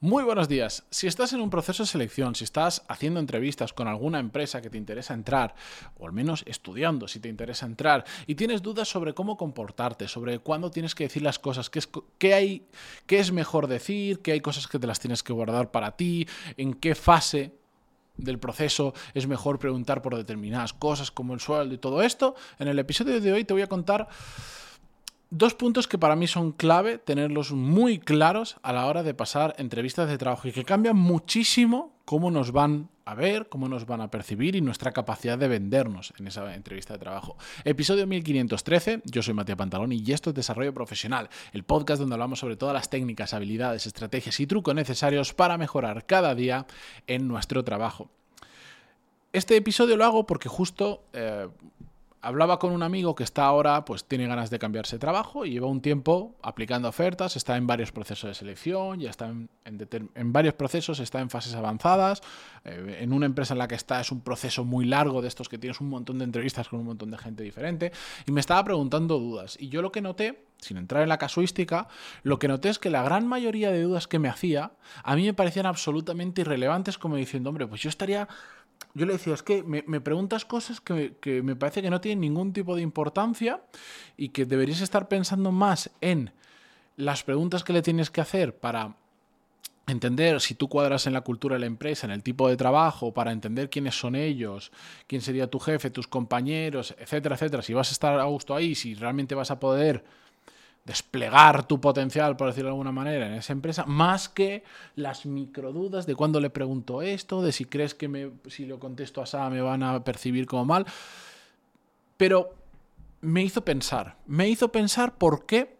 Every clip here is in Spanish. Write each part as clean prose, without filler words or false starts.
Muy buenos días. Si estás en un proceso de selección, si estás haciendo entrevistas con alguna empresa que te interesa entrar, o al menos estudiando si te interesa entrar, y tienes dudas sobre cómo comportarte, sobre cuándo tienes que decir las cosas, qué es mejor decir, qué hay cosas que te las tienes que guardar para ti, en qué fase del proceso es mejor preguntar por determinadas cosas como el sueldo y todo esto, en el episodio de hoy te voy a contar dos puntos que para mí son clave tenerlos muy claros a la hora de pasar entrevistas de trabajo y que cambian muchísimo cómo nos van a ver, cómo nos van a percibir y nuestra capacidad de vendernos en esa entrevista de trabajo. Episodio 1513, yo soy Matías Pantaloni y esto es Desarrollo Profesional, el podcast donde hablamos sobre todas las técnicas, habilidades, estrategias y trucos necesarios para mejorar cada día en nuestro trabajo. Este episodio lo hago porque justo hablaba con un amigo que está ahora, pues tiene ganas de cambiarse de trabajo y lleva un tiempo aplicando ofertas, está en varios procesos de selección, ya está en varios procesos, está en fases avanzadas. En una empresa en la que está es un proceso muy largo de estos que tienes un montón de entrevistas con un montón de gente diferente y me estaba preguntando dudas. Y yo lo que noté, sin entrar en la casuística, lo que noté es que la gran mayoría de dudas que me hacía a mí me parecían absolutamente irrelevantes, como diciendo, hombre, pues yo le decía, es que me preguntas cosas que me parece que no tienen ningún tipo de importancia y que deberías estar pensando más en las preguntas que le tienes que hacer para entender si tú cuadras en la cultura de la empresa, en el tipo de trabajo, para entender quiénes son ellos, quién sería tu jefe, tus compañeros, etcétera, etcétera. Si vas a estar a gusto ahí, si realmente vas a poder desplegar tu potencial, por decirlo de alguna manera, en esa empresa, más que las microdudas de cuándo le pregunto esto, de si crees que si lo contesto así me van a percibir como mal. Pero me hizo pensar por qué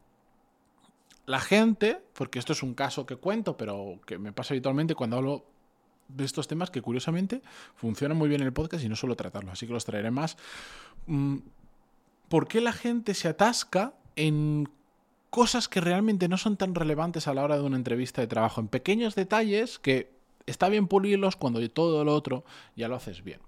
la gente, porque esto es un caso que cuento, pero que me pasa habitualmente cuando hablo de estos temas, que curiosamente funcionan muy bien en el podcast y no suelo tratarlos, así que los traeré más. ¿Por qué la gente se atasca en cosas que realmente no son tan relevantes a la hora de una entrevista de trabajo, en pequeños detalles que está bien pulirlos cuando todo lo otro ya lo haces bien?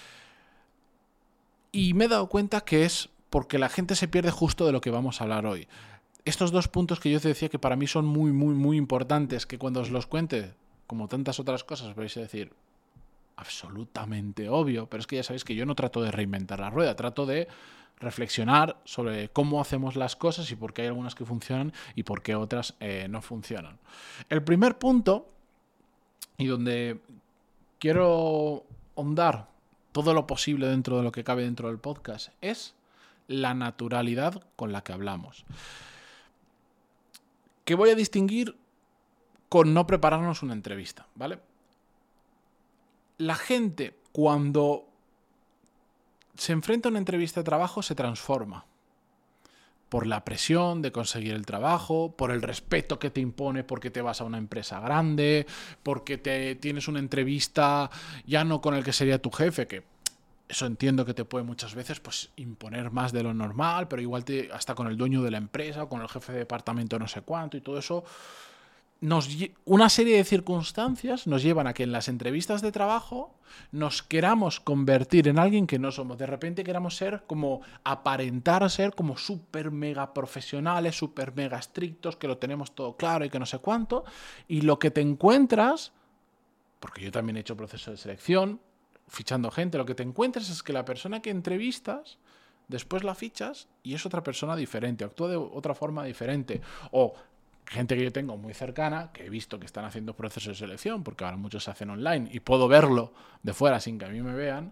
Y me he dado cuenta que es porque la gente se pierde justo de lo que vamos a hablar hoy. Estos dos puntos que yo te decía que para mí son muy, muy, muy importantes, que cuando os los cuente, como tantas otras cosas, vais a decir, absolutamente obvio, pero es que ya sabéis que yo no trato de reinventar la rueda, trato de reflexionar sobre cómo hacemos las cosas y por qué hay algunas que funcionan y por qué otras no funcionan. El primer punto, y donde quiero ahondar todo lo posible dentro de lo que cabe dentro del podcast, es la naturalidad con la que hablamos. Que voy a distinguir con no prepararnos una entrevista, ¿vale? La gente, cuando se enfrenta a una entrevista de trabajo, se transforma. Por la presión de conseguir el trabajo, por el respeto que te impone porque te vas a una empresa grande, porque tienes una entrevista ya no con el que sería tu jefe, que eso entiendo que te puede muchas veces pues imponer más de lo normal, pero igual hasta con el dueño de la empresa o con el jefe de departamento no sé cuánto y todo eso. Una serie de circunstancias nos llevan a que en las entrevistas de trabajo nos queramos convertir en alguien que no somos. De repente queramos ser como, aparentar ser como súper mega profesionales, súper mega estrictos, que lo tenemos todo claro y que no sé cuánto. Y lo que te encuentras, porque yo también he hecho proceso de selección, fichando gente, lo que te encuentras es que la persona que entrevistas, después la fichas y es otra persona diferente, actúa de otra forma diferente. O gente que yo tengo muy cercana, que he visto que están haciendo procesos de selección, porque ahora muchos se hacen online y puedo verlo de fuera sin que a mí me vean,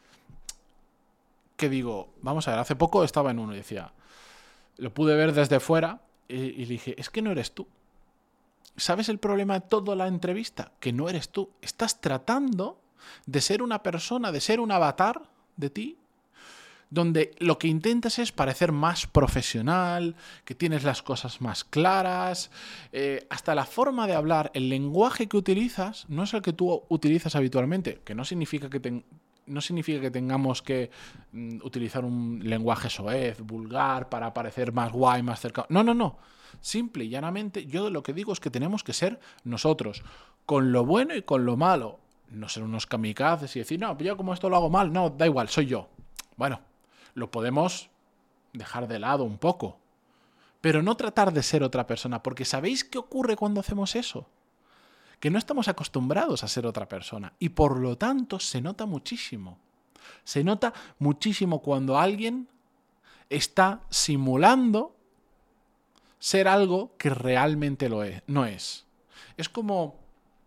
que digo, vamos a ver, hace poco estaba en uno y decía, lo pude ver desde fuera y le dije, es que no eres tú. ¿Sabes el problema de toda la entrevista? Que no eres tú. Estás tratando de ser una persona, de ser un avatar de ti, donde lo que intentas es parecer más profesional, que tienes las cosas más claras, hasta la forma de hablar, el lenguaje que utilizas no es el que tú utilizas habitualmente, que no significa que tengamos que utilizar un lenguaje soez, vulgar, para parecer más guay, más cercano. No. Simple y llanamente, yo lo que digo es que tenemos que ser nosotros, con lo bueno y con lo malo. No ser unos kamikazes y decir, no, yo como esto lo hago mal, no, da igual, soy yo. Bueno, lo podemos dejar de lado un poco, pero no tratar de ser otra persona, porque ¿sabéis qué ocurre cuando hacemos eso? que no estamos acostumbrados a ser otra persona y por lo tanto se nota muchísimo. Se nota muchísimo cuando alguien está simulando ser algo que realmente no es. Es como...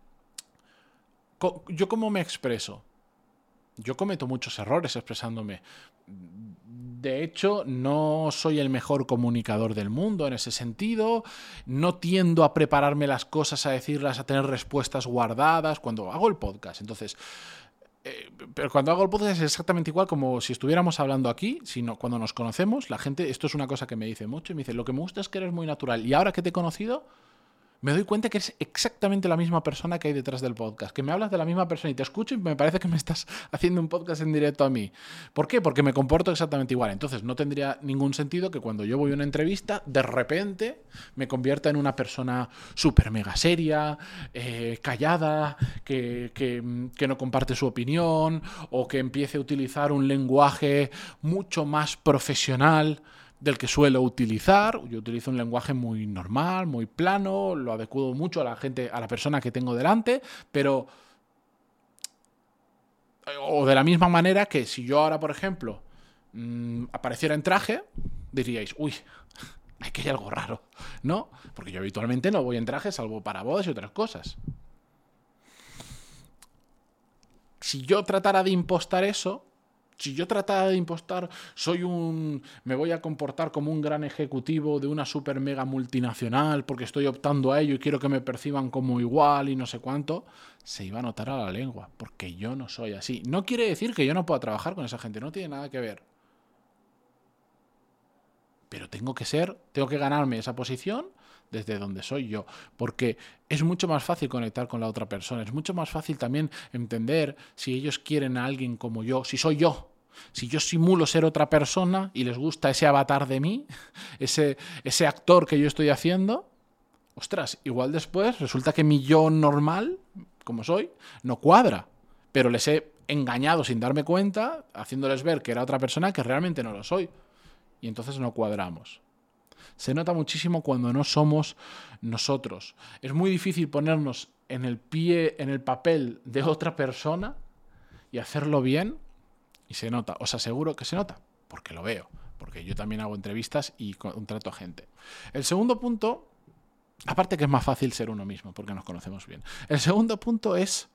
Yo cómo me expreso. Yo cometo muchos errores expresándome. De hecho, no soy el mejor comunicador del mundo en ese sentido. No tiendo a prepararme las cosas, a decirlas, a tener respuestas guardadas cuando hago el podcast. Entonces, pero cuando hago el podcast es exactamente igual como si estuviéramos hablando aquí, sino cuando nos conocemos, la gente, esto es una cosa que me dice mucho, y me dice, lo que me gusta es que eres muy natural. Y ahora que te he conocido, me doy cuenta que eres exactamente la misma persona que hay detrás del podcast, que me hablas de la misma persona y te escucho y me parece que me estás haciendo un podcast en directo a mí. ¿Por qué? Porque me comporto exactamente igual. Entonces no tendría ningún sentido que cuando yo voy a una entrevista, de repente me convierta en una persona súper mega seria, callada, que no comparte su opinión, o que empiece a utilizar un lenguaje mucho más profesional del que suelo utilizar. Yo utilizo un lenguaje muy normal, muy plano, lo adecuo mucho a la gente, a la persona que tengo delante, pero... O de la misma manera que si yo ahora, por ejemplo, apareciera en traje, diríais, uy, aquí hay algo raro, ¿no? Porque yo habitualmente no voy en traje salvo para bodas y otras cosas. Si yo tratara de impostar eso, si yo tratara de impostar, me voy a comportar como un gran ejecutivo de una super mega multinacional porque estoy optando a ello y quiero que me perciban como igual y no sé cuánto, se iba a notar a la lengua, porque yo no soy así. No quiere decir que yo no pueda trabajar con esa gente, no tiene nada que ver. Pero tengo que ganarme esa posición desde donde soy yo, porque es mucho más fácil conectar con la otra persona, es mucho más fácil también entender si ellos quieren a alguien como yo, si soy yo, si yo simulo ser otra persona y les gusta ese avatar de mí, ese actor que yo estoy haciendo, ostras, igual después resulta que mi yo normal, como soy, no cuadra, pero les he engañado sin darme cuenta, haciéndoles ver que era otra persona que realmente no lo soy, y entonces no cuadramos. Se nota muchísimo cuando no somos nosotros. Es muy difícil ponernos en el papel de otra persona y hacerlo bien, y se nota. Os aseguro que se nota, porque lo veo, porque yo también hago entrevistas y contrato a gente. El segundo punto, aparte que es más fácil ser uno mismo, porque nos conocemos bien. El segundo punto es,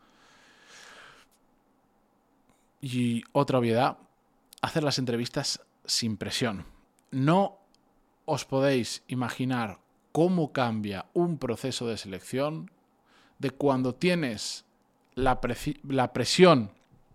y otra obviedad, hacer las entrevistas sin presión. No os podéis imaginar cómo cambia un proceso de selección de cuando tienes la presión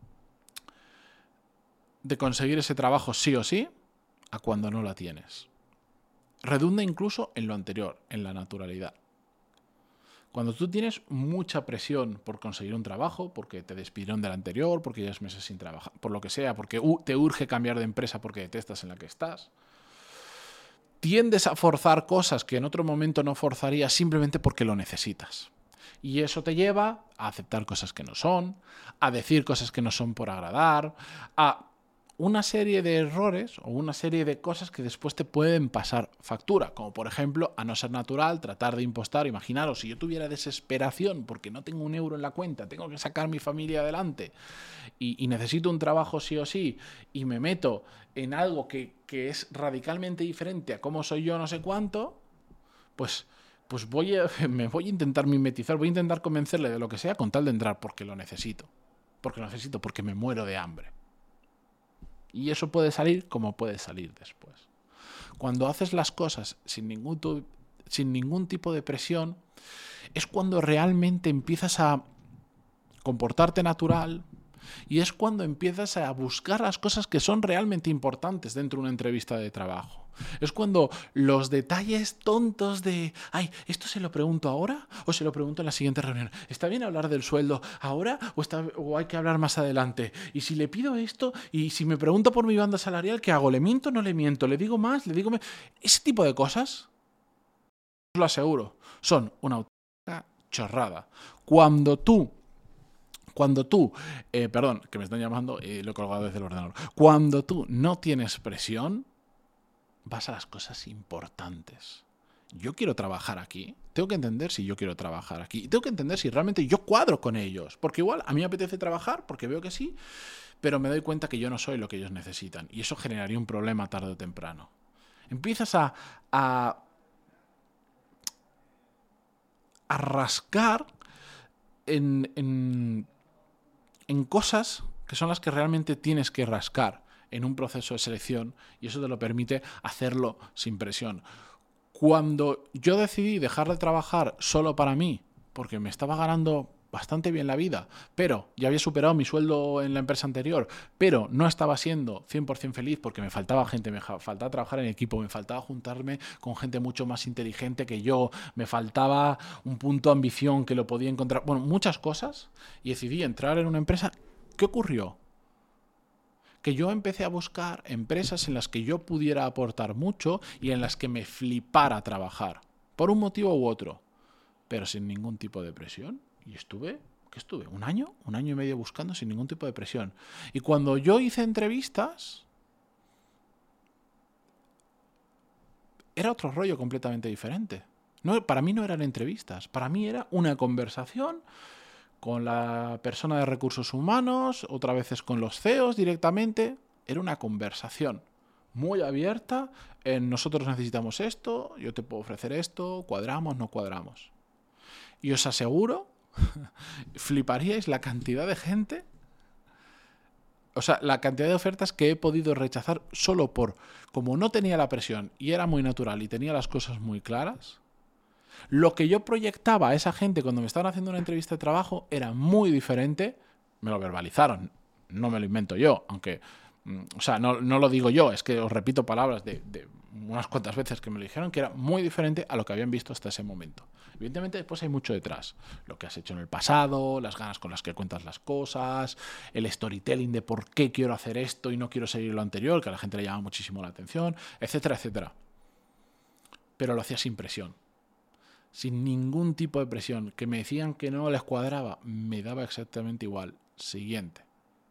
de conseguir ese trabajo sí o sí a cuando no la tienes. Redunda incluso en lo anterior, en la naturalidad. Cuando tú tienes mucha presión por conseguir un trabajo, porque te despidieron del anterior, porque llevas meses sin trabajar, por lo que sea, porque te urge cambiar de empresa porque detestas en la que estás, tiendes a forzar cosas que en otro momento no forzarías simplemente porque lo necesitas. Y eso te lleva a aceptar cosas que no son, a decir cosas que no son por agradar, a una serie de errores o una serie de cosas que después te pueden pasar factura, como por ejemplo a no ser natural, tratar de impostar. Imaginaros, si yo tuviera desesperación porque no tengo un euro en la cuenta, tengo que sacar mi familia adelante y necesito un trabajo sí o sí, y me meto en algo que es radicalmente diferente a cómo soy yo no sé cuánto, pues me voy a intentar mimetizar, voy a intentar convencerle de lo que sea con tal de entrar, porque lo necesito, porque me muero de hambre. Y eso puede salir como puede salir después. Cuando haces las cosas sin ningún tipo de presión, es cuando realmente empiezas a comportarte natural, y es cuando empiezas a buscar las cosas que son realmente importantes dentro de una entrevista de trabajo. Es cuando los detalles tontos de, ay, ¿esto se lo pregunto ahora o se lo pregunto en la siguiente reunión? ¿Está bien hablar del sueldo ahora o hay que hablar más adelante? Y si le pido esto y si me pregunto por mi banda salarial, ¿qué hago? ¿Le miento o no le miento? ¿Le digo más? ¿Le digo menos? Ese tipo de cosas, os lo aseguro, son una auténtica chorrada. Cuando tú, perdón, que me están llamando y lo he colgado desde el ordenador. Cuando tú no tienes presión, vas a las cosas importantes. yo quiero trabajar aquí. Tengo que entender si yo quiero trabajar aquí. Y tengo que entender si realmente yo cuadro con ellos. Porque igual a mí me apetece trabajar, porque veo que sí, pero me doy cuenta que yo no soy lo que ellos necesitan. Y eso generaría un problema tarde o temprano. Empiezas a rascar en cosas que son las que realmente tienes que rascar en un proceso de selección, y eso te lo permite hacerlo sin presión. Cuando yo decidí dejar de trabajar solo para mí, porque me estaba ganando bastante bien la vida, pero ya había superado mi sueldo en la empresa anterior, pero no estaba siendo 100% feliz porque me faltaba gente, me faltaba trabajar en equipo, me faltaba juntarme con gente mucho más inteligente que yo, me faltaba un punto de ambición que lo podía encontrar, bueno, muchas cosas, y decidí entrar en una empresa. ¿Qué ocurrió? Que yo empecé a buscar empresas en las que yo pudiera aportar mucho y en las que me flipara trabajar, por un motivo u otro, pero sin ningún tipo de presión. Y estuve ¿un año? Un año y medio buscando sin ningún tipo de presión. Y cuando yo hice entrevistas, era otro rollo completamente diferente. No, para mí no eran entrevistas, para mí era una conversación con la persona de recursos humanos, otras veces con los CEOs directamente. Era una conversación muy abierta en nosotros necesitamos esto, yo te puedo ofrecer esto, cuadramos, no cuadramos. Y os aseguro, fliparíais la cantidad de gente, o sea, la cantidad de ofertas que he podido rechazar solo por, como no tenía la presión y era muy natural y tenía las cosas muy claras. Lo que yo proyectaba a esa gente cuando me estaban haciendo una entrevista de trabajo era muy diferente. Me lo verbalizaron, no me lo invento yo, aunque, o sea, no lo digo yo, es que os repito palabras de unas cuantas veces que me lo dijeron, que era muy diferente a lo que habían visto hasta ese momento. Evidentemente después hay mucho detrás, lo que has hecho en el pasado, las ganas con las que cuentas las cosas, el storytelling de por qué quiero hacer esto y no quiero seguir lo anterior, que a la gente le llama muchísimo la atención, etcétera, etcétera. Pero lo hacía sin presión. Sin ningún tipo de presión, que me decían que no les cuadraba, me daba exactamente igual. Siguiente.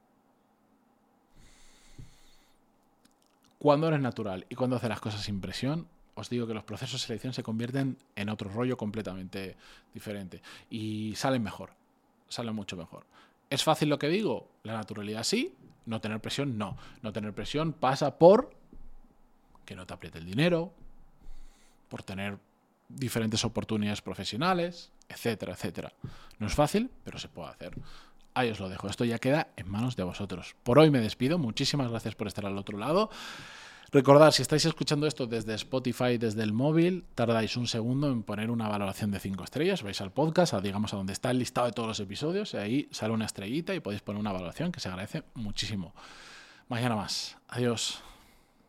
Cuando eres natural y cuando haces las cosas sin presión, os digo que los procesos de selección se convierten en otro rollo completamente diferente y salen mejor, salen mucho mejor. ¿Es fácil lo que digo? La naturalidad sí, no tener presión no. No tener presión pasa por que no te apriete el dinero, por tener diferentes oportunidades profesionales, etcétera, etcétera. No es fácil, pero se puede hacer. Ahí os lo dejo. Esto ya queda en manos de vosotros. Por hoy me despido. Muchísimas gracias por estar al otro lado. Recordad, si estáis escuchando esto desde Spotify, desde el móvil, tardáis un segundo en poner una valoración de 5 estrellas. Vais al podcast, digamos a donde está el listado de todos los episodios, y ahí sale una estrellita y podéis poner una valoración que se agradece muchísimo. Mañana más. Adiós.